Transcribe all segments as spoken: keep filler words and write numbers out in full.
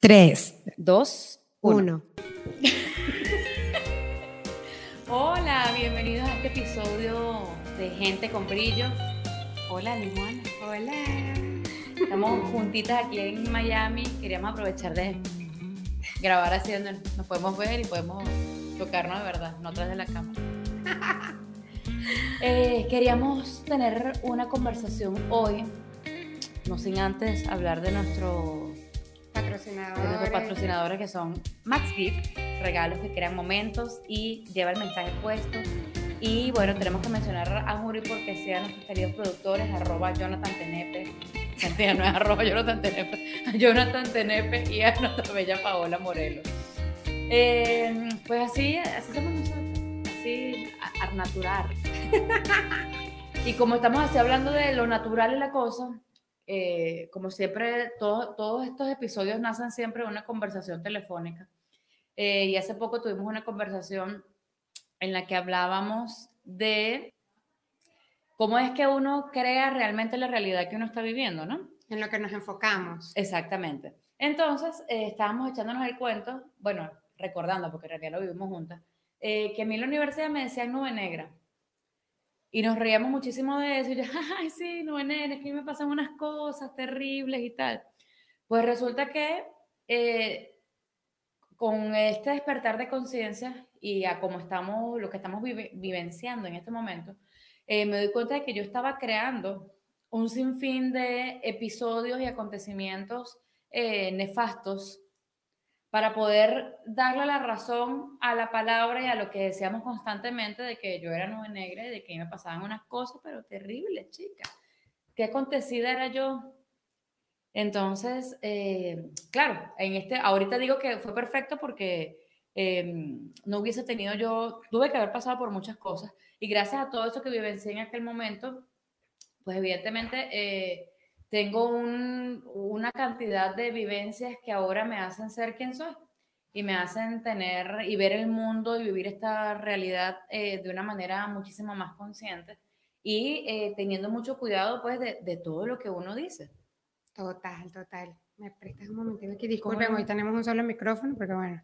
Tres, dos, uno. Hola, bienvenidos a este episodio de Gente con Brillo. Hola, Lijuana. Hola. Estamos juntitas aquí en Miami. Queríamos aprovechar de grabar así donde nos podemos ver y podemos tocarnos de verdad, no atrás de la cámara. eh, queríamos tener una conversación hoy, no sin antes hablar de nuestro... Patrocinadores. de nuestros patrocinadores, que son Max Gift, regalos que crean momentos y lleva el mensaje puesto. Y bueno, tenemos que mencionar a Juri porque sean nuestros queridos productores, arroba Jonathan Tenepe, mentira, no es arroba Jonathan Tenepe, a Jonathan Tenepe y a nuestra bella Paola Morelos. Eh, pues así, así somos nosotros, así, ar natural. Y como estamos así hablando de lo natural y la cosa, Eh, como siempre, todo, todos estos episodios nacen siempre de una conversación telefónica. Eh, y hace poco tuvimos una conversación en la que hablábamos de cómo es que uno crea realmente la realidad que uno está viviendo, ¿no? En lo que nos enfocamos. Exactamente. Entonces, eh, estábamos echándonos el cuento, bueno, recordando, porque en realidad lo vivimos juntas, eh, que a mí en la universidad me decían nube negra. Y nos reíamos muchísimo de eso. Y yo, ay, sí, no, nene, es que me pasan unas cosas terribles y tal. Pues resulta que eh, con este despertar de conciencia y a cómo estamos, lo que estamos vive, vivenciando en este momento, eh, me doy cuenta de que yo estaba creando un sinfín de episodios y acontecimientos eh, nefastos para poder darle la razón a la palabra y a lo que decíamos constantemente de que yo era nube negra y de que me pasaban unas cosas, pero terribles, chica. ¿Qué acontecida era yo? Entonces, eh, claro, en este, ahorita digo que fue perfecto porque eh, no hubiese tenido yo, tuve que haber pasado por muchas cosas y gracias a todo eso que vivencié en aquel momento, pues evidentemente eh, tengo un, una cantidad de vivencias que ahora me hacen ser quien soy y me hacen tener y ver el mundo y vivir esta realidad eh, de una manera muchísimo más consciente y eh, teniendo mucho cuidado pues de, de todo lo que uno dice. Total, total. Me prestas un momentito aquí. Disculpen, ¿Cómo? hoy tenemos un solo micrófono porque bueno.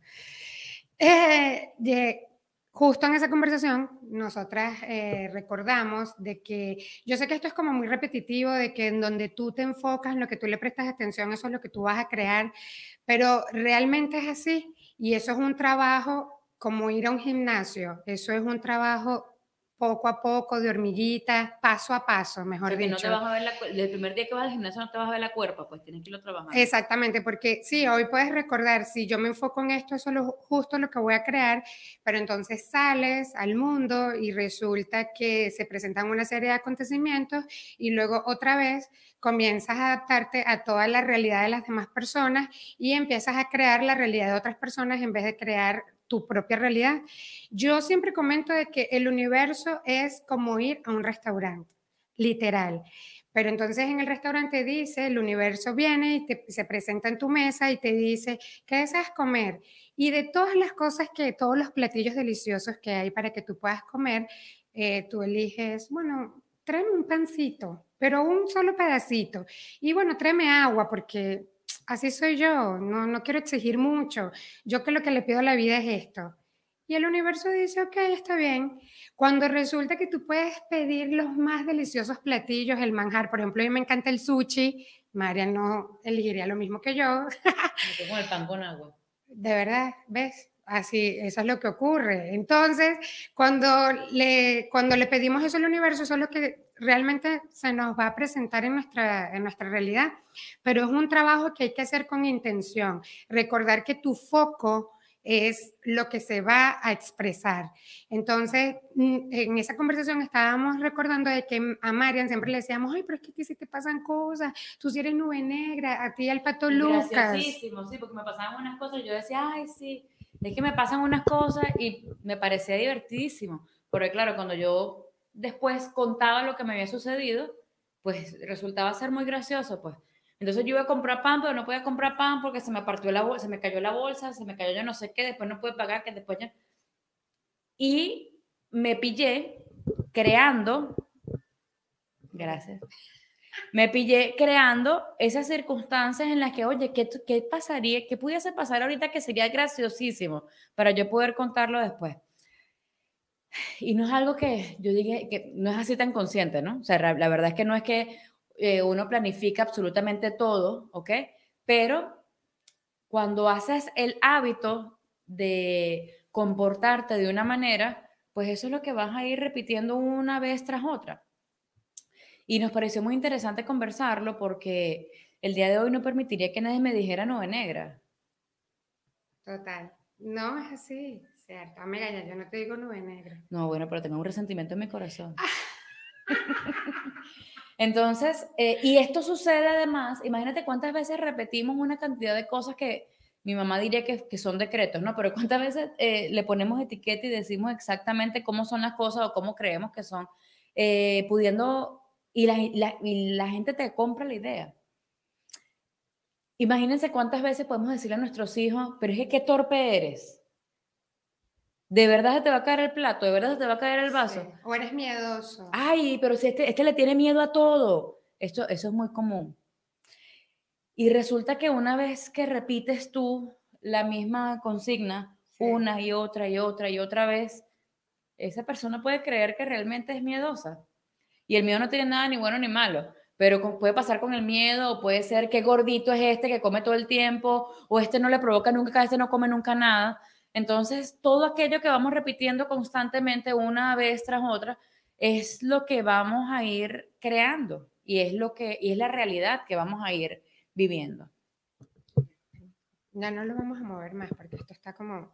Eh, de, justo en esa conversación, nosotras eh, recordamos de que, yo sé que esto es como muy repetitivo, de que en donde tú te enfocas, en lo que tú le prestas atención, eso es lo que tú vas a crear, pero realmente es así y eso es un trabajo como ir a un gimnasio, eso es un trabajo poco a poco, de hormiguita, paso a paso, mejor O sea, que dicho. no te vas a ver la, el primer día que vas al gimnasio no te vas a ver la cuerpa, pues tienes que irlo trabajando. Exactamente, porque sí, hoy puedes recordar, si yo me enfoco en esto, eso es lo, justo lo que voy a crear, pero entonces sales al mundo y resulta que se presentan una serie de acontecimientos y luego otra vez comienzas a adaptarte a toda la realidad de las demás personas y empiezas a crear la realidad de otras personas en vez de crear tu propia realidad. Yo siempre comento de que el universo es como ir a un restaurante, literal. Pero entonces en el restaurante dice, el universo viene y te, se presenta en tu mesa y te dice, ¿qué deseas comer? Y de todas las cosas que, todos los platillos deliciosos que hay para que tú puedas comer, eh, tú eliges, bueno, tráeme un pancito, pero un solo pedacito. Y bueno, tráeme agua porque así soy yo, no, no quiero exigir mucho. Yo que lo que le pido a la vida es esto. Y el universo dice, ok, está bien. Cuando resulta que tú puedes pedir los más deliciosos platillos, el manjar, por ejemplo, a mí me encanta el sushi, María no elegiría lo mismo que yo. Me tengo el pan con agua. De verdad, ¿ves? Así, eso es lo que ocurre. Entonces, cuando le, cuando le pedimos eso al universo, eso es lo que realmente se nos va a presentar en nuestra, en nuestra realidad. Pero es un trabajo que hay que hacer con intención. Recordar que tu foco es lo que se va a expresar. Entonces, en esa conversación estábamos recordando de que a Marian siempre le decíamos, ay, pero es que a ti sí te pasan cosas, tú sí eres nube negra, a ti al Pato Lucas. Graciosísimo, sí, porque me pasaban unas cosas y yo decía, ay, sí, es que me pasan unas cosas y me parecía divertidísimo. Porque claro, cuando yo después contaba lo que me había sucedido, pues resultaba ser muy gracioso, pues. Entonces yo iba a comprar pan, pero no podía comprar pan porque se me partió la bolsa, se me cayó la bolsa, se me cayó yo no sé qué, después no pude pagar, que después ya... Y me pillé creando, gracias, Me pillé creando esas circunstancias en las que, oye, ¿qué, qué pasaría? ¿Qué pudiese pasar ahorita que sería graciosísimo para yo poder contarlo después? Y no es algo que yo dije, que no es así tan consciente, ¿no? O sea, la verdad es que no es que eh, uno planifica absolutamente todo, ¿ok? Pero cuando haces el hábito de comportarte de una manera, pues eso es lo que vas a ir repitiendo una vez tras otra. Y nos pareció muy interesante conversarlo porque el día de hoy no permitiría que nadie me dijera nube negra. Total. No es así, cierto. Amiga, ya yo no te digo nube negra. No, bueno, pero tengo un resentimiento en mi corazón. Entonces, eh, y esto sucede además, imagínate cuántas veces repetimos una cantidad de cosas que mi mamá diría que, que son decretos, ¿no? Pero cuántas veces eh, le ponemos etiqueta y decimos exactamente cómo son las cosas o cómo creemos que son, eh, pudiendo, y la, la, y la gente te compra la idea. Imagínense cuántas veces podemos decirle a nuestros hijos, pero es que qué torpe eres. ¿De verdad se te va a caer el plato? ¿De verdad se te va a caer el vaso? Sí. O eres miedoso. Ay, pero si este, este le tiene miedo a todo. Esto, eso es muy común. Y resulta que una vez que repites tú la misma consigna Sí. una y otra y otra y otra vez, esa persona puede creer que realmente es miedosa. Y el miedo no tiene nada ni bueno ni malo, pero puede pasar con el miedo, o puede ser que gordito es este que come todo el tiempo, o este no le provoca nunca, este no come nunca nada. Entonces, todo aquello que vamos repitiendo constantemente una vez tras otra es lo que vamos a ir creando y es lo que y es la realidad que vamos a ir viviendo. Ya no lo vamos a mover más porque esto está como...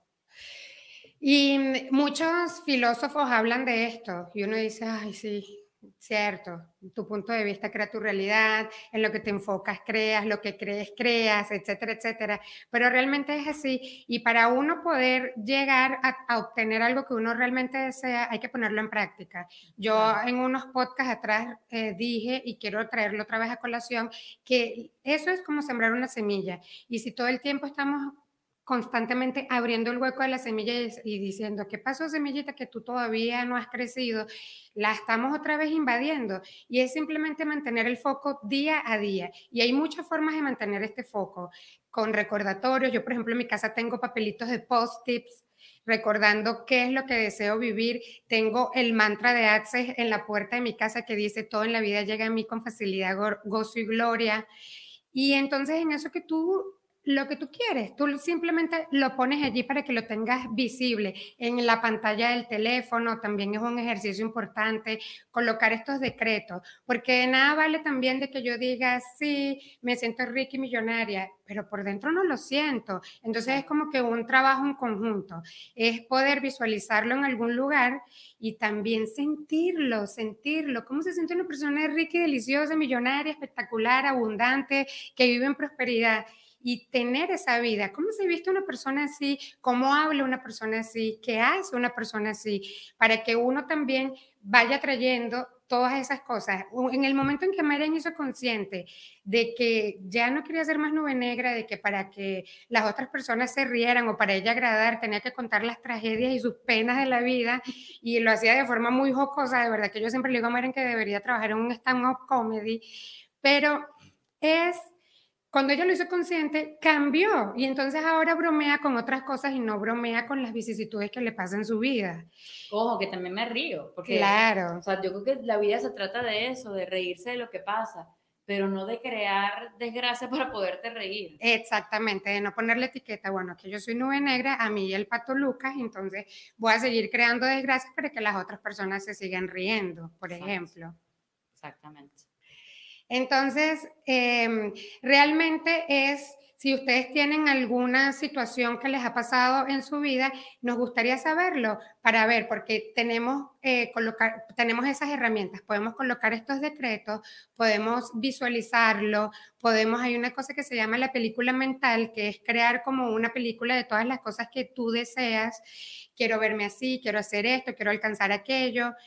Y muchos filósofos hablan de esto y uno dice, ay, sí, cierto, tu punto de vista crea tu realidad, en lo que te enfocas creas, lo que crees creas, etcétera, etcétera. Pero realmente es así y para uno poder llegar a, a obtener algo que uno realmente desea, hay que ponerlo en práctica. Yo claro. En unos podcasts atrás eh, dije, y quiero traerlo otra vez a colación, que eso es como sembrar una semilla y si todo el tiempo estamos constantemente abriendo el hueco de la semilla y, y diciendo, ¿qué pasó, semillita, que tú todavía no has crecido? La estamos otra vez invadiendo y es simplemente mantener el foco día a día y hay muchas formas de mantener este foco con recordatorios. Yo, por ejemplo, en mi casa tengo papelitos de post-its recordando qué es lo que deseo vivir. Tengo el mantra de Access en la puerta de mi casa que dice, todo en la vida llega a mí con facilidad, go gozo y gloria. Y entonces en eso que tú lo que tú quieres, tú simplemente lo pones allí para que lo tengas visible en la pantalla del teléfono. También es un ejercicio importante colocar estos decretos, porque de nada vale también de que yo diga, sí, me siento rica y millonaria, pero por dentro no lo siento. Entonces es como que un trabajo en conjunto, es poder visualizarlo en algún lugar y también sentirlo, sentirlo. ¿Cómo se siente una persona rica y deliciosa, millonaria, espectacular, abundante, que vive en prosperidad? Y tener esa vida. ¿Cómo se viste una persona así? ¿Cómo habla una persona así? ¿Qué hace una persona así? Para que uno también vaya trayendo todas esas cosas. En el momento en que Marian hizo consciente de que ya no quería ser más nube negra, de que para que las otras personas se rieran o para ella agradar tenía que contar las tragedias y sus penas de la vida y lo hacía de forma muy jocosa, de verdad que yo siempre le digo a Marian que debería trabajar en un stand-up comedy, pero es... Cuando ella lo hizo consciente, cambió y entonces ahora bromea con otras cosas y no bromea con las vicisitudes que le pasan en su vida. Ojo, que también me río, porque claro. O sea, yo creo que la vida se trata de eso, de reírse de lo que pasa, pero no de crear desgracia para poderte reír. Exactamente, de no ponerle etiqueta, bueno, que yo soy nube negra, a mí y el pato Lucas, entonces voy a seguir creando desgracias para que las otras personas se sigan riendo, por Exacto. ejemplo. Exactamente. Entonces, eh, realmente es, si ustedes tienen alguna situación que les ha pasado en su vida, nos gustaría saberlo para ver, porque tenemos, eh, colocar, tenemos esas herramientas, podemos colocar estos decretos, podemos visualizarlo, podemos, hay una cosa que se llama la película mental, que es crear como una película de todas las cosas que tú deseas, quiero verme así, quiero hacer esto, quiero alcanzar aquello,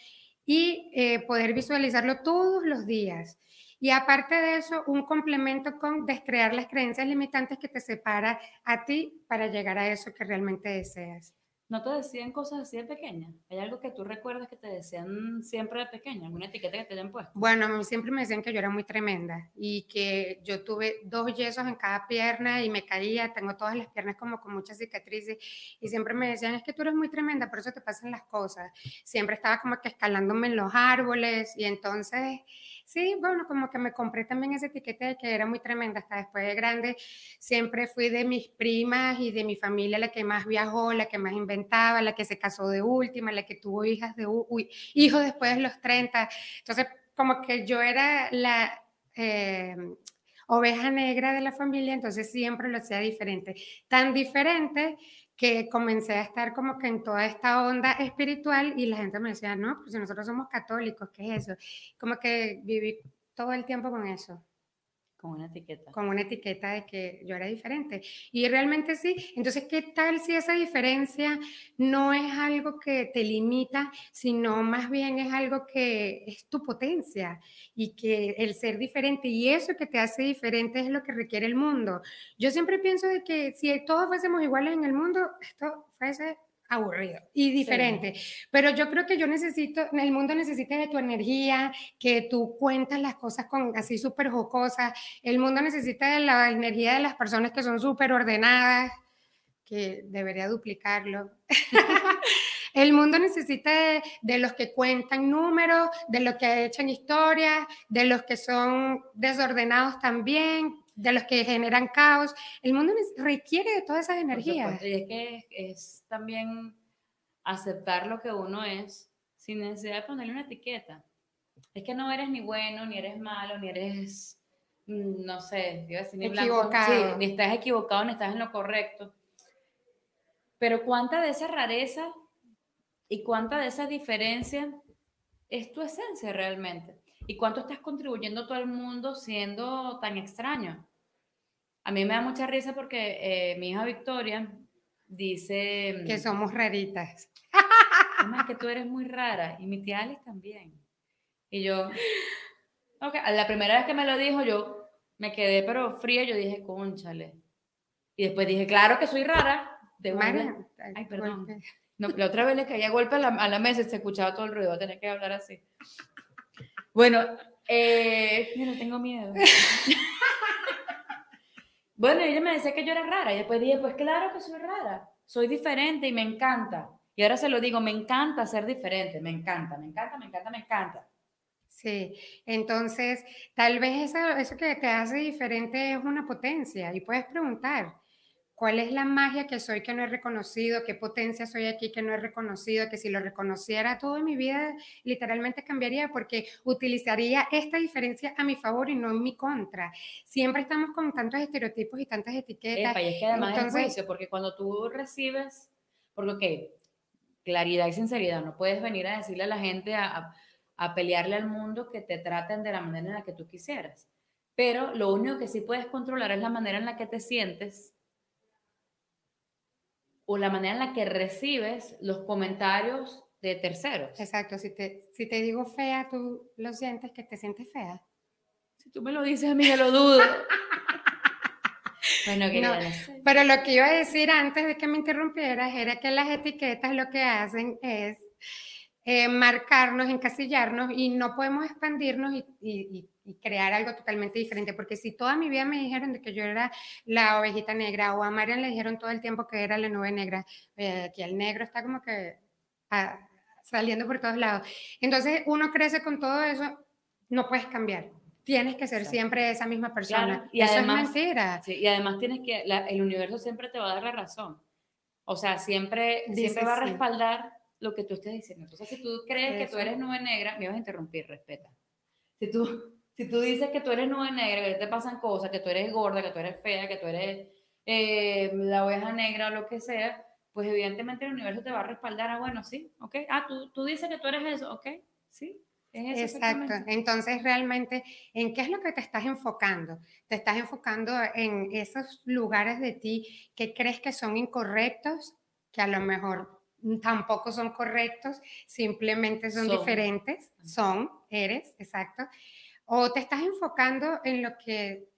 y eh, poder visualizarlo todos los días. Y aparte de eso, un complemento con descrear las creencias limitantes que te separa a ti para llegar a eso que realmente deseas. ¿No te decían cosas así de pequeña? ¿Hay algo que tú recuerdas que te decían siempre de pequeña? ¿Alguna etiqueta que te hayan puesto? Bueno, a mí siempre me decían que yo era muy tremenda y que yo tuve dos yesos en cada pierna y me caía, tengo todas las piernas como con muchas cicatrices y siempre me decían, es que tú eres muy tremenda, por eso te pasan las cosas. Siempre estaba como que escalándome en los árboles y entonces, sí, bueno, como que me compré también esa etiqueta de que era muy tremenda hasta después de grande. Siempre fui de mis primas y de mi familia la que más viajó, la que más inventaba, la que se casó de última, la que tuvo hijas de, uy, hijos después de los treinta. Entonces, como que yo era la eh, oveja negra de la familia, entonces siempre lo hacía diferente. Tan diferente que comencé a estar como que en toda esta onda espiritual y la gente me decía, no, pues si nosotros somos católicos, ¿qué es eso? Como que viví todo el tiempo con eso, Con una etiqueta. con una etiqueta de que yo era diferente. Y realmente sí. Entonces, ¿qué tal si esa diferencia no es algo que te limita, sino más bien es algo que es tu potencia y que el ser diferente y eso que te hace diferente es lo que requiere el mundo? Yo siempre pienso de que si todos fuésemos iguales en el mundo, esto fuese aburrido y diferente. Sí. Pero yo creo que yo necesito, el mundo necesita de tu energía, que tú cuentas las cosas con así súper jocosas. El mundo necesita de la energía de las personas que son súper ordenadas, que debería duplicarlo. El mundo necesita de, de los que cuentan números, de los que echan historias, de los que son desordenados también, de los que generan caos. El mundo requiere de todas esas energías. Y es que es, es también aceptar lo que uno es sin necesidad de ponerle una etiqueta. Es que no eres ni bueno, ni eres malo, ni eres, no sé, iba a decir, ni blanco, sí, ni estás equivocado, ni estás en lo correcto. Pero cuánta de esa rareza y cuánta de esa diferencia es tu esencia realmente. Y cuánto estás contribuyendo a todo el mundo siendo tan extraño. A mí me da mucha risa porque eh, mi hija Victoria dice... Que somos raritas. Además que tú eres muy rara y mi tía Alice también. Y yo, ok, la primera vez que me lo dijo yo me quedé pero fría, yo dije, cónchale. Y después dije, claro que soy rara. De Mara, ay, perdón. No, la otra vez le caía golpe a la, a la mesa y se escuchaba todo el ruido, voy a tener que hablar así. Bueno, eh, mira, tengo miedo. Bueno, ella me decía que yo era rara y después dije, pues claro que soy rara, soy diferente y me encanta. Y ahora se lo digo, me encanta ser diferente, me encanta, me encanta, me encanta, me encanta. Sí, entonces tal vez eso, eso que te hace diferente es una potencia y puedes preguntar, ¿cuál es la magia que soy que no he reconocido? ¿Qué potencia soy aquí que no he reconocido? Que si lo reconociera todo en mi vida literalmente cambiaría porque utilizaría esta diferencia a mi favor y no en mi contra. Siempre estamos con tantos estereotipos y tantas etiquetas. Epa, y es que además entonces, es juicio, porque cuando tú recibes, porque ok, claridad y sinceridad, no puedes venir a decirle a la gente, a, a, a pelearle al mundo que te traten de la manera en la que tú quisieras. Pero lo único que sí puedes controlar es la manera en la que te sientes o la manera en la que recibes los comentarios de terceros. Exacto, si te, si te digo fea, tú lo sientes que te sientes fea. Si tú me lo dices a mí, yo lo dudo. Bueno, querida, no, pero lo que iba a decir antes de que me interrumpieras era que las etiquetas lo que hacen es eh, marcarnos, encasillarnos y no podemos expandirnos y, y, y, crear algo totalmente diferente, porque si toda mi vida me dijeron de que yo era la ovejita negra o a Marian le dijeron todo el tiempo que era la nube negra, eh, que el negro está como que ah, saliendo por todos lados. Entonces uno crece con todo eso, no puedes cambiar. Tienes que ser Exacto. siempre esa misma persona. Claro, y eso además, es mentira. Sí, y además tienes que, la, el universo siempre te va a dar la razón. O sea, siempre, Dice, siempre va a respaldar sí. lo que tú estés diciendo. Entonces, si tú crees eso. que tú eres nube negra, me vas a interrumpir, respeta. Si tú, si tú dices que tú eres nube negra, que te pasan cosas, que tú eres gorda, que tú eres fea, que tú eres eh, la oveja negra o lo que sea, pues evidentemente el universo te va a respaldar. Ah, bueno, sí, ok. Ah, tú, tú dices que tú eres eso, ok, sí. Es Exacto. Entonces, realmente, ¿en qué es lo que te estás enfocando? Te estás enfocando en esos lugares de ti que crees que son incorrectos, que a lo mejor tampoco son correctos, simplemente son, son. diferentes, son, eres, exacto. O te estás enfocando en lo que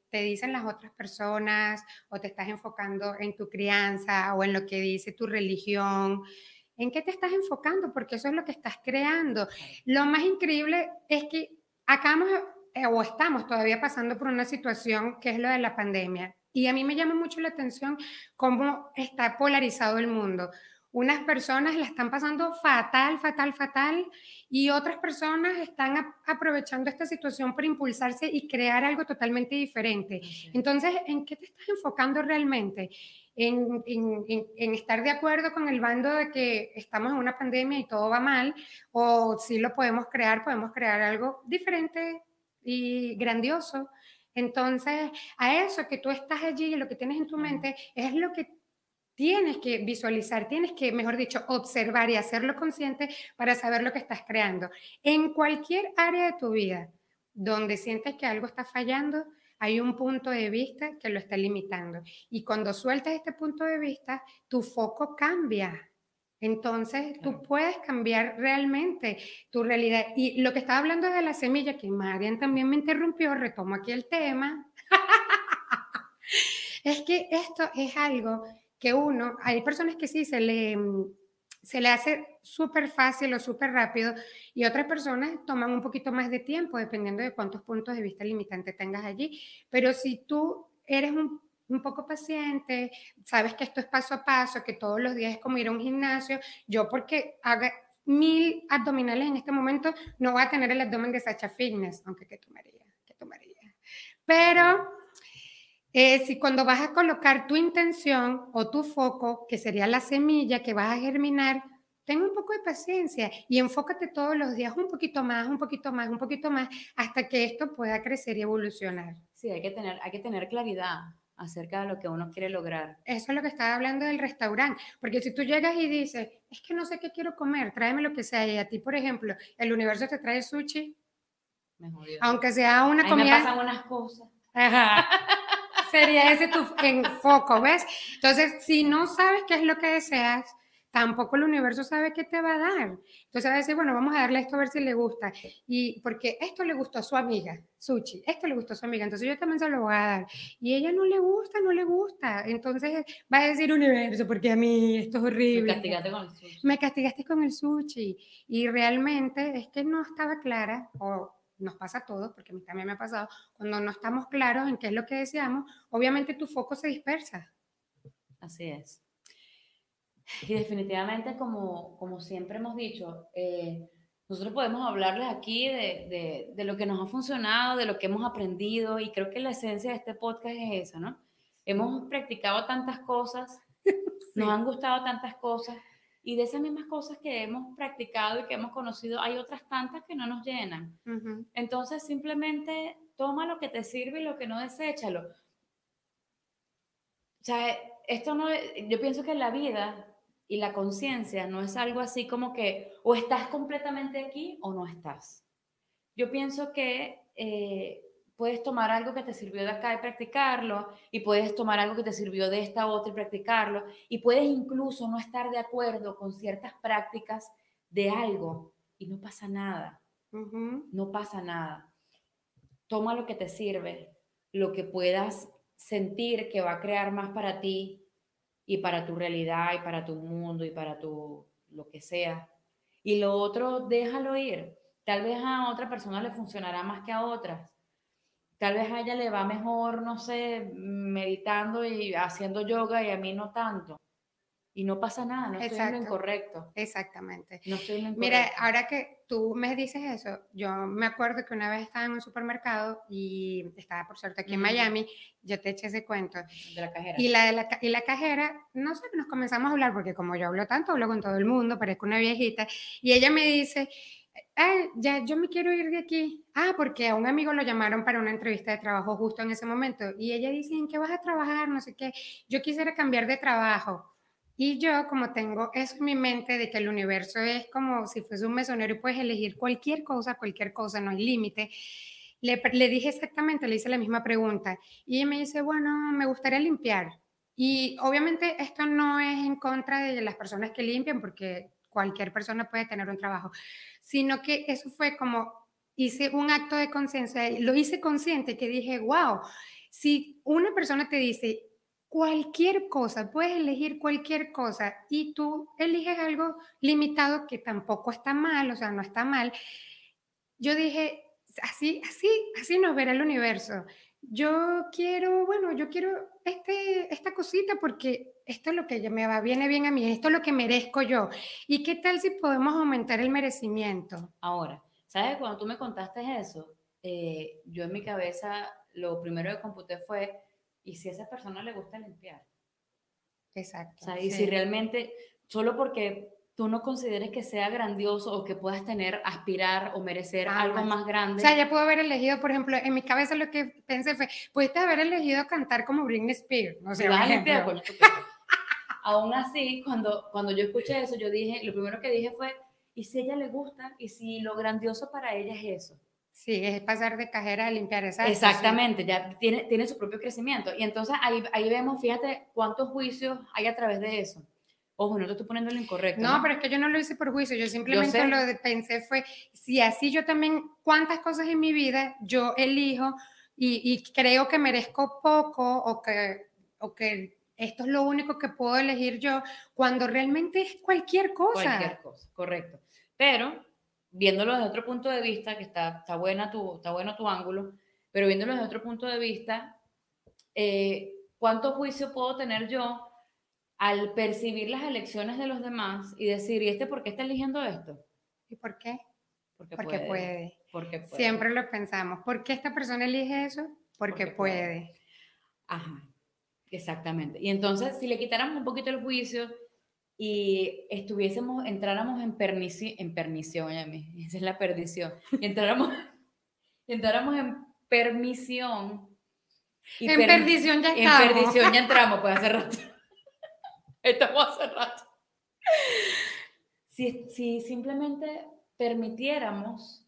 te dicen las otras personas o te estás enfocando en tu crianza o en lo que dice tu religión. ¿En qué te estás enfocando? Porque eso es lo que estás creando. Lo más increíble es que acabamos eh, o estamos todavía pasando por una situación que es lo de la pandemia. Y a mí me llama mucho la atención cómo está polarizado el mundo. Unas personas la están pasando fatal, fatal, fatal, y otras personas están a- aprovechando esta situación para impulsarse y crear algo totalmente diferente. Entonces, ¿en qué te estás enfocando realmente? En, en, en, en estar de acuerdo con el bando de que estamos en una pandemia y todo va mal, o si lo podemos crear, podemos crear algo diferente y grandioso. Entonces, a eso que tú estás allí, lo que tienes en tu mente, es lo que tienes que visualizar, tienes que, mejor dicho, observar y hacerlo consciente para saber lo que estás creando. En cualquier área de tu vida donde sientes que algo está fallando, hay un punto de vista que lo está limitando. Y cuando sueltas este punto de vista, tu foco cambia. Entonces, claro, tú puedes cambiar realmente tu realidad. Y lo que estaba hablando de la semilla, que Marian también me interrumpió, retomo aquí el tema, es que esto es algo que uno, hay personas que sí se le, se le hace súper fácil o súper rápido y otras personas toman un poquito más de tiempo dependiendo de cuántos puntos de vista limitantes tengas allí. Pero si tú eres un, un poco paciente, sabes que esto es paso a paso, que todos los días es como ir a un gimnasio, yo porque haga mil abdominales en este momento no voy a tener el abdomen de Sacha Fitness, aunque que tomaría, que tomaría. Pero eh, si cuando vas a colocar tu intención o tu foco, que sería la semilla que vas a germinar, ten un poco de paciencia y enfócate todos los días un poquito más, un poquito más, un poquito más, hasta que esto pueda crecer y evolucionar. Sí, hay que tener, hay que tener claridad acerca de lo que uno quiere lograr. Eso es lo que estaba hablando del restaurante, porque si tú llegas y dices, es que no sé qué quiero comer, tráeme lo que sea, y a ti, por ejemplo, el universo te trae sushi, me jodió, aunque sea una ahí comida... me pasan unas cosas. Ajá. Sería ese tu enfoco, ¿ves? Entonces, si no sabes qué es lo que deseas, tampoco el universo sabe qué te va a dar. Entonces va a decir, bueno, vamos a darle esto a ver si le gusta. Y porque esto le gustó a su amiga, Sushi, esto le gustó a su amiga, entonces yo también se lo voy a dar. Y ella no le gusta, no le gusta. Entonces va a decir, universo, porque a mí esto es horrible. Me castigaste con el sushi. Me castigaste con el sushi. Y realmente es que no estaba clara, o nos pasa a todos, porque a mí también me ha pasado, cuando no estamos claros en qué es lo que deseamos, obviamente tu foco se dispersa. Así es. Y definitivamente, como, como siempre hemos dicho, eh, nosotros podemos hablarles aquí de, de, de lo que nos ha funcionado, de lo que hemos aprendido, y creo que la esencia de este podcast es esa, ¿no? Hemos practicado tantas cosas, sí, nos han gustado tantas cosas, y de esas mismas cosas que hemos practicado y que hemos conocido, hay otras tantas que no nos llenan. Uh-huh. Entonces, simplemente toma lo que te sirve y lo que no, deséchalo. O sea, esto no, yo pienso que la vida y la conciencia no es algo así como que o estás completamente aquí o no estás. Yo pienso que eh, puedes tomar algo que te sirvió de acá y practicarlo, y puedes tomar algo que te sirvió de esta otra y practicarlo, y puedes incluso no estar de acuerdo con ciertas prácticas de algo y no pasa nada. Uh-huh. No pasa nada. Toma lo que te sirve, lo que puedas sentir que va a crear más para ti y para tu realidad y para tu mundo y para tu lo que sea. Y lo otro, déjalo ir. Tal vez a otra persona le funcionará más que a otras. Tal vez a ella le va mejor, no sé, meditando y haciendo yoga y a mí no tanto. Y no pasa nada, no estoy en lo incorrecto. Exactamente. No estoy en lo incorrecto. Mira, ahora que tú me dices eso, yo me acuerdo que una vez estaba en un supermercado y estaba, por cierto, aquí mm. en Miami, yo te eché ese cuento. De la cajera. Y la, de la, y la cajera, no sé, nos comenzamos a hablar, porque como yo hablo tanto, hablo con todo el mundo, parezco una viejita, y ella me dice, ah, ya, yo me quiero ir de aquí. Ah, porque a un amigo lo llamaron para una entrevista de trabajo justo en ese momento, y ella dice, ¿en qué vas a trabajar? No sé qué, yo quisiera cambiar de trabajo. Y yo, como tengo eso en mi mente de que el universo es como si fuese un mesonero y puedes elegir cualquier cosa, cualquier cosa, no hay límite, le, le dije exactamente, le hice la misma pregunta. Y ella me dice, bueno, me gustaría limpiar. Y obviamente esto no es en contra de las personas que limpian, porque cualquier persona puede tener un trabajo, sino que eso fue como, hice un acto de conciencia, lo hice consciente, que dije, wow, Si una persona te dice cualquier cosa, puedes elegir cualquier cosa y tú eliges algo limitado que tampoco está mal, o sea, no está mal. Yo dije, así, así, así nos verá el universo. Yo quiero, bueno, yo quiero este, esta cosita porque esto es lo que ya me va, viene bien a mí, esto es lo que merezco yo. ¿Y qué tal si podemos aumentar el merecimiento? Ahora, ¿sabes? Cuando tú me contaste eso, eh, yo en mi cabeza lo primero que computé fue, ¿y si a esa persona le gusta limpiar? Exacto. O sea, y Sí. si realmente, solo porque tú no consideres que sea grandioso o que puedas tener, aspirar o merecer Ah, algo más. más O grande. sea, ya puedo haber elegido, por ejemplo, en mi cabeza lo que pensé fue, pudiste haber elegido cantar como Britney Spears, no sé, Si un vas a ejemplo. limpiar, coño, tu pico. Aún así, cuando, cuando yo escuché eso, yo dije, lo primero que dije fue, ¿y si a ella le gusta? ¿Y si lo grandioso para ella es eso? Sí, es pasar de cajera a limpiar, exacto. Exactamente, sí. Ya tiene, tiene su propio crecimiento. Y entonces ahí, ahí vemos, fíjate, cuántos juicios hay a través de eso. Ojo, no te estoy poniendo lo incorrecto. No, No, pero es que yo no lo hice por juicio, yo simplemente yo sé. lo de, pensé fue, si así yo también, cuántas cosas en mi vida yo elijo y, y creo que merezco poco o que, o que esto es lo único que puedo elegir yo, cuando realmente es cualquier cosa. Cualquier cosa, correcto. Pero viéndolo desde otro punto de vista, que está, está, buena tu, está bueno tu ángulo, pero viéndolo desde otro punto de vista, eh, ¿cuánto juicio puedo tener yo al percibir las elecciones de los demás y decir, ¿y este por qué está eligiendo esto? ¿Y por qué? Porque, Porque puede, puede. Porque puede. Siempre lo pensamos. ¿Por qué esta persona elige eso? Porque, Porque puede. puede. Ajá, exactamente. Y entonces, si le quitáramos un poquito el juicio y estuviésemos, entráramos en, permisi, en permisión, ya me, esa es la perdición, y entráramos, entráramos en permisión. Y en per, perdición ya en estamos. En perdición ya entramos, pues hace rato. Estamos hace rato. Si, si simplemente permitiéramos,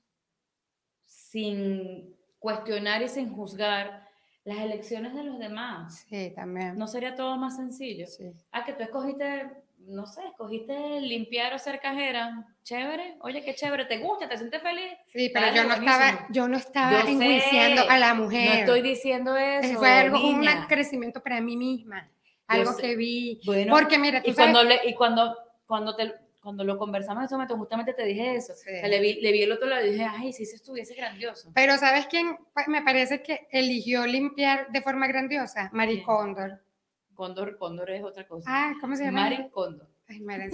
sin cuestionar y sin juzgar, las elecciones de los demás. Sí, también. ¿No sería todo más sencillo? Sí. Ah, que tú escogiste, no sé, escogiste limpiar o ser cajera. Chévere. Oye, qué chévere. ¿Te gusta? ¿Te sientes feliz? Sí, pero Dale, yo no buenísimo. estaba, yo no estaba Yo enjuiciando sé, a la mujer. No estoy diciendo eso, fue algo, niña. un crecimiento para mí misma. Yo Algo sé. que vi. Bueno, porque mira, tú y sabes. Cuando le, y cuando, cuando te cuando lo conversamos en ese momento, justamente te dije eso. Sí. O sea, le vi, le vi el otro lado y dije, ay, si eso estuviese grandioso. Pero ¿sabes quién me parece que eligió limpiar de forma grandiosa? Marie Kondo. Cóndor, Cóndor es otra cosa. Ah, ¿cómo se llama? Marie Kondo. Ay, Marie,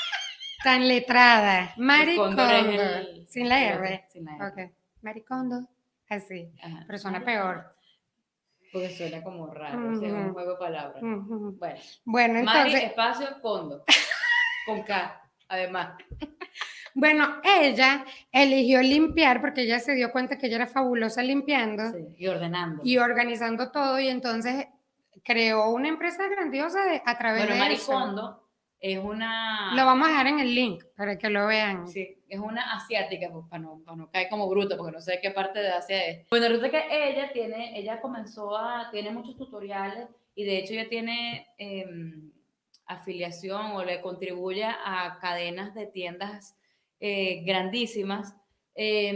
tan letrada. Marie Kondo. El... Sin la R. Sin la R. Ok. Marie Kondo. Así. Ajá. Pero suena Marie peor. Kondo. Porque suena como raro, uh-huh. O sea, un juego de palabras. Uh-huh. Bueno, bueno, entonces... Marie espacio Kondo. Con K, además. Bueno, ella eligió limpiar porque ella se dio cuenta que ella era fabulosa limpiando. Sí, y ordenando. Y organizando todo, y entonces creó una empresa grandiosa de, a través bueno, de Marie eso. Kondo es una... Lo vamos a dejar en el link para que lo vean. Sí, es una asiática, pues, para no, para no caer como bruta, porque no sé de qué parte de Asia es. Bueno, resulta que ella tiene, ella comenzó a, tiene muchos tutoriales y de hecho ella tiene eh, afiliación o le contribuye a cadenas de tiendas eh, grandísimas eh,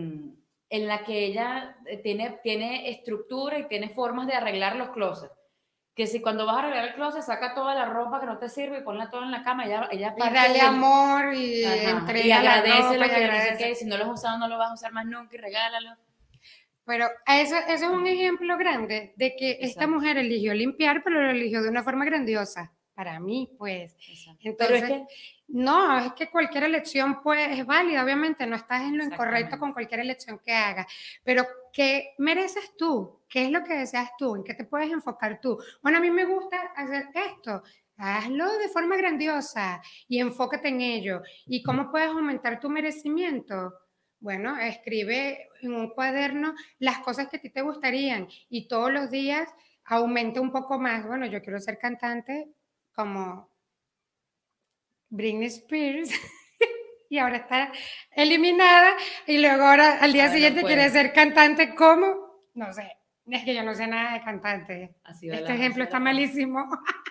en la que ella tiene, tiene estructura y tiene formas de arreglar los closets. Que si cuando vas a arreglar el closet, saca toda la ropa que no te sirve y ponla toda en la cama, ella, ella y dale del... amor y Ajá, entrega y agradece la ropa lo y que agradece. No sé qué, si no lo has usado no lo vas a usar más nunca y regálalo. Pero eso, eso es un ejemplo grande de que Exacto. esta mujer eligió limpiar, pero lo eligió de una forma grandiosa. Para mí, pues. Exacto. Entonces, pero es que, no, es que cualquier elección pues, es válida, obviamente, no estás en lo incorrecto con cualquier elección que hagas, pero ¿qué mereces tú? ¿Qué es lo que deseas tú? ¿En qué te puedes enfocar tú? Bueno, a mí me gusta hacer esto, hazlo de forma grandiosa y enfócate en ello. ¿Y cómo puedes aumentar tu merecimiento? Bueno, escribe en un cuaderno las cosas que a ti te gustarían y todos los días aumenta un poco más. Bueno, yo quiero ser cantante como Britney Spears y ahora está eliminada y luego ahora al día ahora siguiente no quiere ser cantante como, no sé, es que yo no sé nada de cantante. Así este la, ejemplo está malísimo.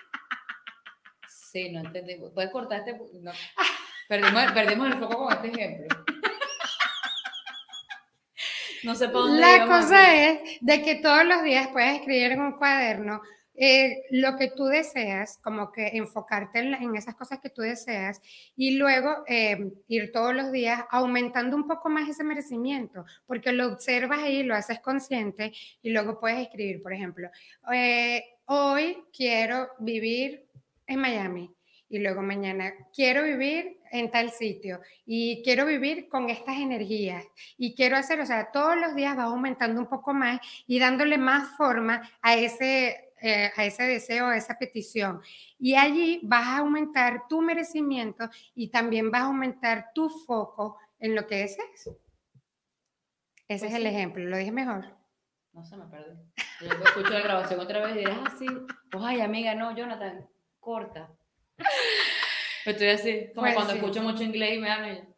Sí, no entendí. ¿Puedes cortar este? No. Perdimos, perdimos el foco con este ejemplo. No sé para dónde La íbamos cosa aquí. es de que todos los días puedes escribir en un cuaderno eh, lo que tú deseas, como que enfocarte en, la- en esas cosas que tú deseas y luego eh, ir todos los días aumentando un poco más ese merecimiento, porque lo observas ahí, lo haces consciente y luego puedes escribir, por ejemplo, eh, hoy quiero vivir en Miami. Y luego mañana quiero vivir en tal sitio y quiero vivir con estas energías y quiero hacer, o sea, todos los días va aumentando un poco más y dándole más forma a ese, eh, a ese deseo, a esa petición. Y allí vas a aumentar tu merecimiento y también vas a aumentar tu foco en lo que deseas. Ese Pues es el sí, ejemplo, lo dije mejor. no sé, me perdí. Yo escucho la grabación otra vez y dirás así, pues ay, amiga, no, Jonathan, corta. Estoy así, como Pues cuando sí. escucho mucho inglés y me hablan. y yo,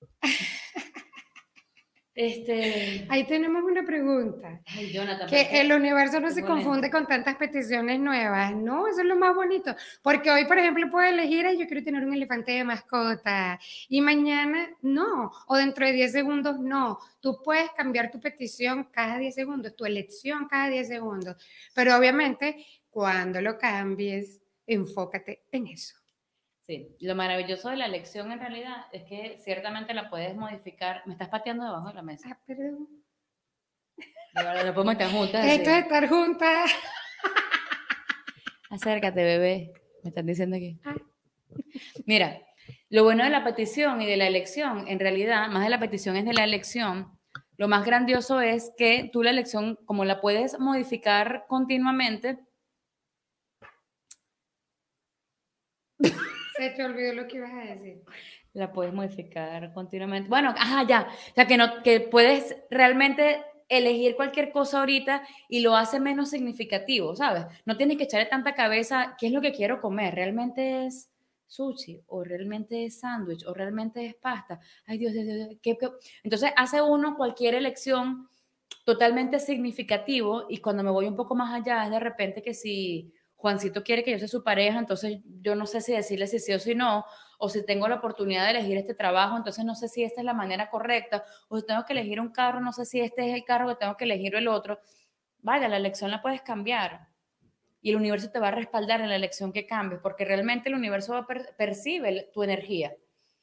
Este, Ahí tenemos una pregunta. ay, Jonathan, pero es Que el que universo no se tengo lento. confunde con tantas peticiones nuevas. No, eso es lo más bonito. Porque hoy, por ejemplo, puedo elegir, "Ay, yo quiero tener un elefante de mascota. Y mañana no. O dentro de diez segundos no. Tú puedes cambiar tu petición cada diez segundos, tu elección cada diez segundos. Pero obviamente, cuando lo cambies, enfócate en eso. Sí, lo maravilloso de la lección en realidad es que ciertamente la puedes modificar. Me estás pateando debajo de la mesa. Ah, perdón. De verdad, no podemos estar juntas Esto es así. estar juntas. Acércate, bebé. Me están diciendo aquí. Ah, Mira, lo bueno de la petición y de la elección, en realidad, más de la petición es de la elección. Lo más grandioso es que tú la elección, como la puedes modificar continuamente, se te olvidó lo que ibas a decir. la puedes modificar continuamente. Bueno, ajá, ya. O sea, que, no, que puedes realmente elegir cualquier cosa ahorita y lo hace menos significativo, ¿sabes? No tienes que echarle tanta cabeza, ¿qué es lo que quiero comer? ¿Realmente es sushi? ¿O realmente es sándwich? ¿O realmente es pasta? Ay, Dios, Dios, Dios. ¿qué, qué? Entonces hace uno cualquier elección totalmente significativo y cuando me voy un poco más allá es de repente que si Juancito quiere que yo sea su pareja, entonces yo no sé si decirle si sí o si no, o si tengo la oportunidad de elegir este trabajo, entonces no sé si esta es la manera correcta, o si tengo que elegir un carro, no sé si este es el carro que tengo que elegir o el otro. Vaya, la elección la puedes cambiar y el universo te va a respaldar en la elección que cambies, porque realmente el universo va a per percibe tu energía.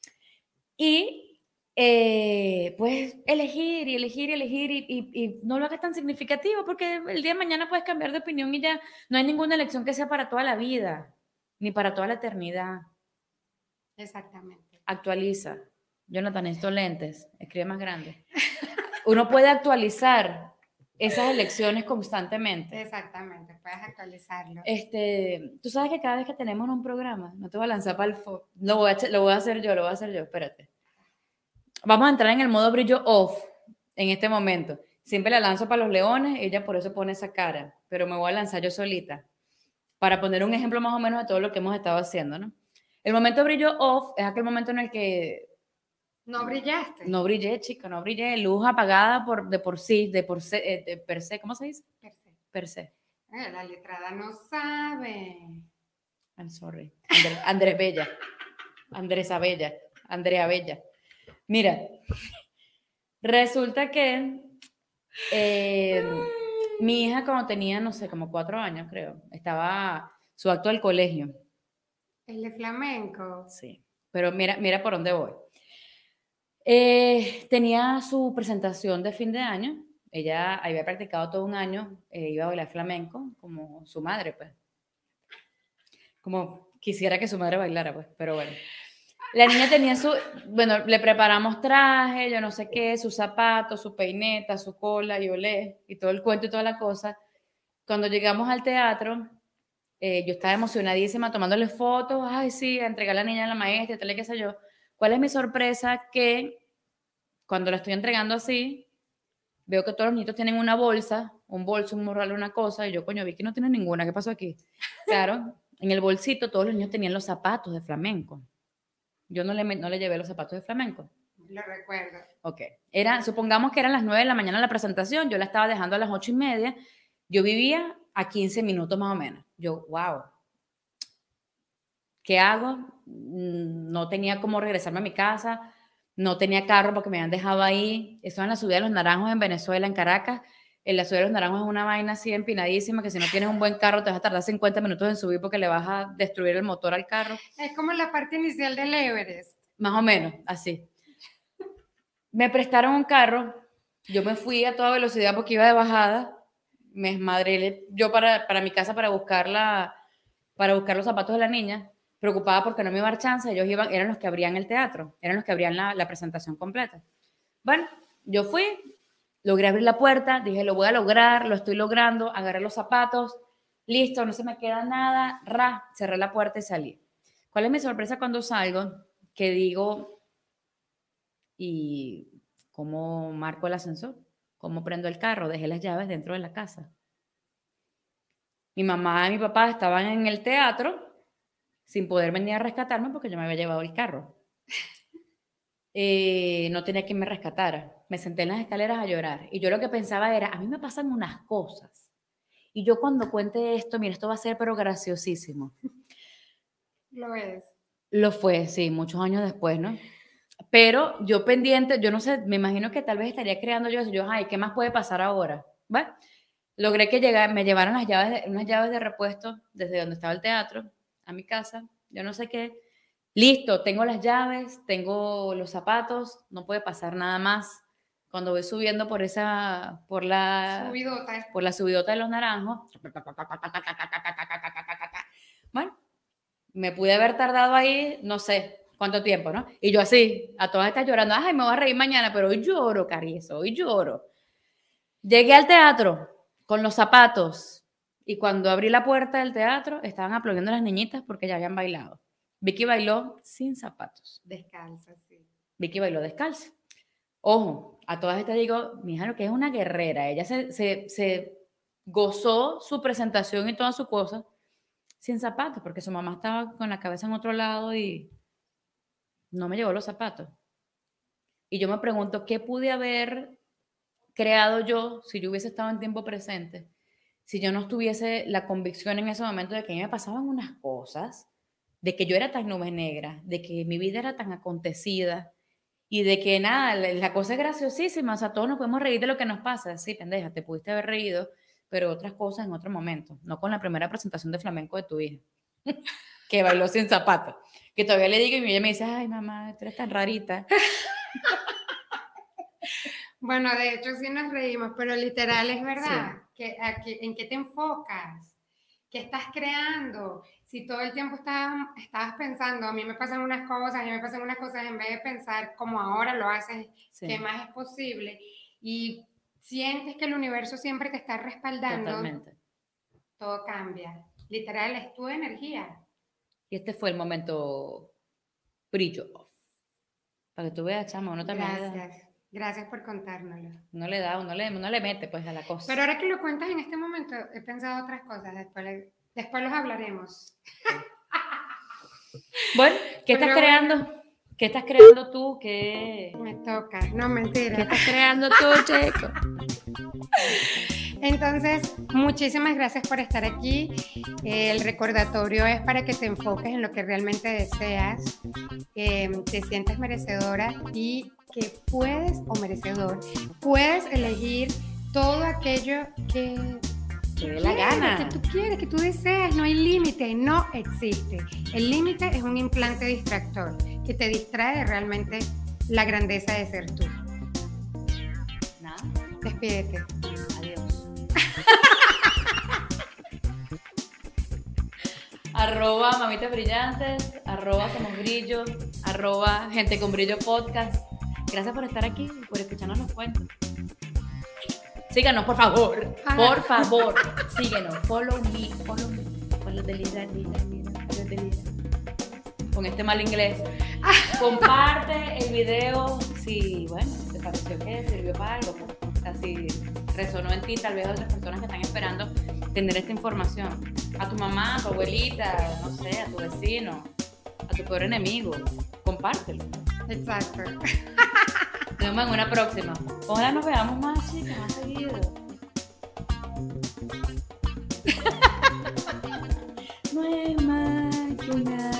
Y eh, puedes elegir y elegir y elegir y, y, y no lo hagas tan significativo porque el día de mañana puedes cambiar de opinión y ya no hay ninguna elección que sea para toda la vida, ni para toda la eternidad. Exactamente. Actualiza. Jonathan, estos lentes, escribe más grande. Uno puede actualizar esas elecciones constantemente. Exactamente, puedes actualizarlo. Este, tú sabes que cada vez que tenemos un programa, no te voy a lanzar para el fo lo voy a, lo voy a hacer yo, lo voy a hacer yo, espérate. Vamos a entrar en el modo brillo off en este momento. Siempre la lanzo para los leones, ella por eso pone esa cara, pero me voy a lanzar yo solita para poner un ejemplo más o menos de todo lo que hemos estado haciendo, ¿no? El momento brillo off es aquel momento en el que No brillaste. no brillé, chica, no brillé, luz apagada por, de por sí, de por se, eh, de per se, ¿cómo se dice? Per se. Per se. Eh, la letrada no sabe. I'm sorry. Andrés, Andrés Bella. Andrés Abella. Andrea Bella. Mira, resulta que eh, mi hija cuando tenía, no sé, como cuatro años, creo, estaba su acto del colegio. El de flamenco. Sí, pero mira, mira por dónde voy. Eh, tenía su presentación de fin de año. Ella había practicado todo un año, eh, iba a bailar flamenco, como su madre, pues. Como quisiera que su madre bailara, pues, pero bueno. La niña tenía su, bueno, le preparamos traje, yo no sé qué, sus zapatos, su peineta, su cola y olé, y todo el cuento y toda la cosa. Cuando llegamos al teatro, eh, yo estaba emocionadísima tomándole fotos, ay sí, a entregar a la niña a la maestra, tal y qué sé yo. ¿Cuál es mi sorpresa? Que cuando la estoy entregando así, veo que todos los niños tienen una bolsa, un bolso, un morral, una cosa, y yo, coño, vi que no tiene ninguna, ¿qué pasó aquí? Claro, en el bolsito todos los niños tenían los zapatos de flamenco. Yo no le, no le llevé los zapatos de flamenco. Lo recuerdo. Ok. Era, supongamos que eran las nueve de la mañana la presentación, yo la estaba dejando a las ocho y media, yo vivía a quince minutos más o menos. Yo, wow, ¿qué hago? No tenía cómo regresarme a mi casa, no tenía carro porque me habían dejado ahí. Eso en la subida de los Naranjos en Venezuela, en Caracas. En la subida de los Naranjos es una vaina así empinadísima que si no tienes un buen carro te vas a tardar cincuenta minutos en subir porque le vas a destruir el motor al carro. Es como la parte inicial del Everest. Más o menos, así. Me prestaron un carro, yo me fui a toda velocidad porque iba de bajada, me desmadré yo para, para mi casa para buscar, la, para buscar los zapatos de la niña, preocupada porque no me iba a dar chance, ellos iban, eran los que abrían el teatro, eran los que abrían la, la presentación completa. Bueno, yo fui, logré abrir la puerta, dije, lo voy a lograr, lo estoy logrando, agarré los zapatos, listo, no se me queda nada, ra, cerré la puerta y salí. ¿Cuál es mi sorpresa cuando salgo? Que digo, ¿y cómo marco el ascensor? ¿Cómo prendo el carro? Dejé las llaves dentro de la casa. Mi mamá y mi papá estaban en el teatro sin poder venir a rescatarme porque yo me había llevado el carro. Eh, no tenía quien me rescatara. Me senté en las escaleras a llorar. Y yo lo que pensaba era, a mí me pasan unas cosas. Y yo cuando cuente esto, mira, esto va a ser pero graciosísimo. Lo es. Lo fue, sí, muchos años después, ¿no? Pero yo pendiente, yo no sé, me imagino que tal vez estaría creando yo eso. Yo, ay, ¿qué más puede pasar ahora? ¿Va? Logré que llegara, me llevaron las llaves de, unas llaves de repuesto desde donde estaba el teatro a mi casa. Yo no sé qué. Listo, tengo las llaves, tengo los zapatos, no puede pasar nada más. Cuando voy subiendo por esa, por la subidota, por la subidota de los Naranjos, bueno, me pude haber tardado ahí, no sé cuánto tiempo, ¿no? Y yo así, a todas estas llorando, ay, me voy a reír mañana, pero hoy lloro, Carrizo, hoy lloro. Llegué al teatro con los zapatos y cuando abrí la puerta del teatro estaban aplaudiendo las niñitas porque ya habían bailado. Vicky bailó sin zapatos. Descalza, sí. Vicky bailó descalza. Ojo, a todas estas digo, mi hija lo que es una guerrera. Ella se, se, se gozó su presentación y todas sus cosas sin zapatos, porque su mamá estaba con la cabeza en otro lado y no me llevó los zapatos. Y yo me pregunto, ¿qué pude haber creado yo si yo hubiese estado en tiempo presente? Si yo no tuviese la convicción en ese momento de que a mí me pasaban unas cosas, de que yo era tan nube negra, de que mi vida era tan acontecida y de que nada, la, la cosa es graciosísima, o sea, todos nos podemos reír de lo que nos pasa. Sí, pendeja, te pudiste haber reído, pero otras cosas en otro momento, no con la primera presentación de flamenco de tu hija, que bailó sin zapatos, que todavía le digo y ella me dice, ay, mamá, tú eres tan rarita. Bueno, de hecho sí nos reímos, pero literal es verdad. Sí. Que, a que, ¿en qué te enfocas? ¿Qué estás creando? Si todo el tiempo estás, estabas pensando, a mí me pasan unas cosas, a mí me pasan unas cosas, en vez de pensar como ahora lo haces, sí. ¿Qué más es posible? Y sientes que el universo siempre te está respaldando. Totalmente. Todo cambia. Literal, es tu energía. Y este fue el momento brillo. Para que tú veas, chamo, no te Gracias. Da. Gracias por contárnoslo. No le da, no le, no le mete pues a la cosa. Pero ahora que lo cuentas en este momento, he pensado otras cosas. Después, le, después los hablaremos. Bueno, ¿qué Pero, estás creando? ¿Qué estás creando tú? ¿Qué... Me toca. No, mentira. ¿Qué estás creando tú, chico? Entonces, muchísimas gracias por estar aquí. El recordatorio es para que te enfoques en lo que realmente deseas, eh, te sientas merecedora y que puedes, o merecedor, puedes elegir todo aquello que te dé la gana, que tú quieres, que tú deseas. No hay límite, no existe. El límite es un implante distractor que te distrae de realmente la grandeza de ser tú. Nada. Despídete. Adiós. Arroba mamitas brillantes, arroba somos brillo, arroba gente con brillo podcast. Gracias por estar aquí y por escucharnos los cuentos. Síganos, por favor, ah. por favor, síguenos, follow me, follow me, follow the leader, leader, leader, the leader. Con este mal inglés. Comparte el video si, bueno, te pareció que sirvió para algo, pues, así resonó en ti, tal vez otras personas que están esperando tener esta información. A tu mamá, a tu abuelita, no sé, a tu vecino, a tu peor enemigo, compártelo. Exacto. Nos vemos en una próxima. Ojalá nos veamos más, chicas, más seguido. No es más que una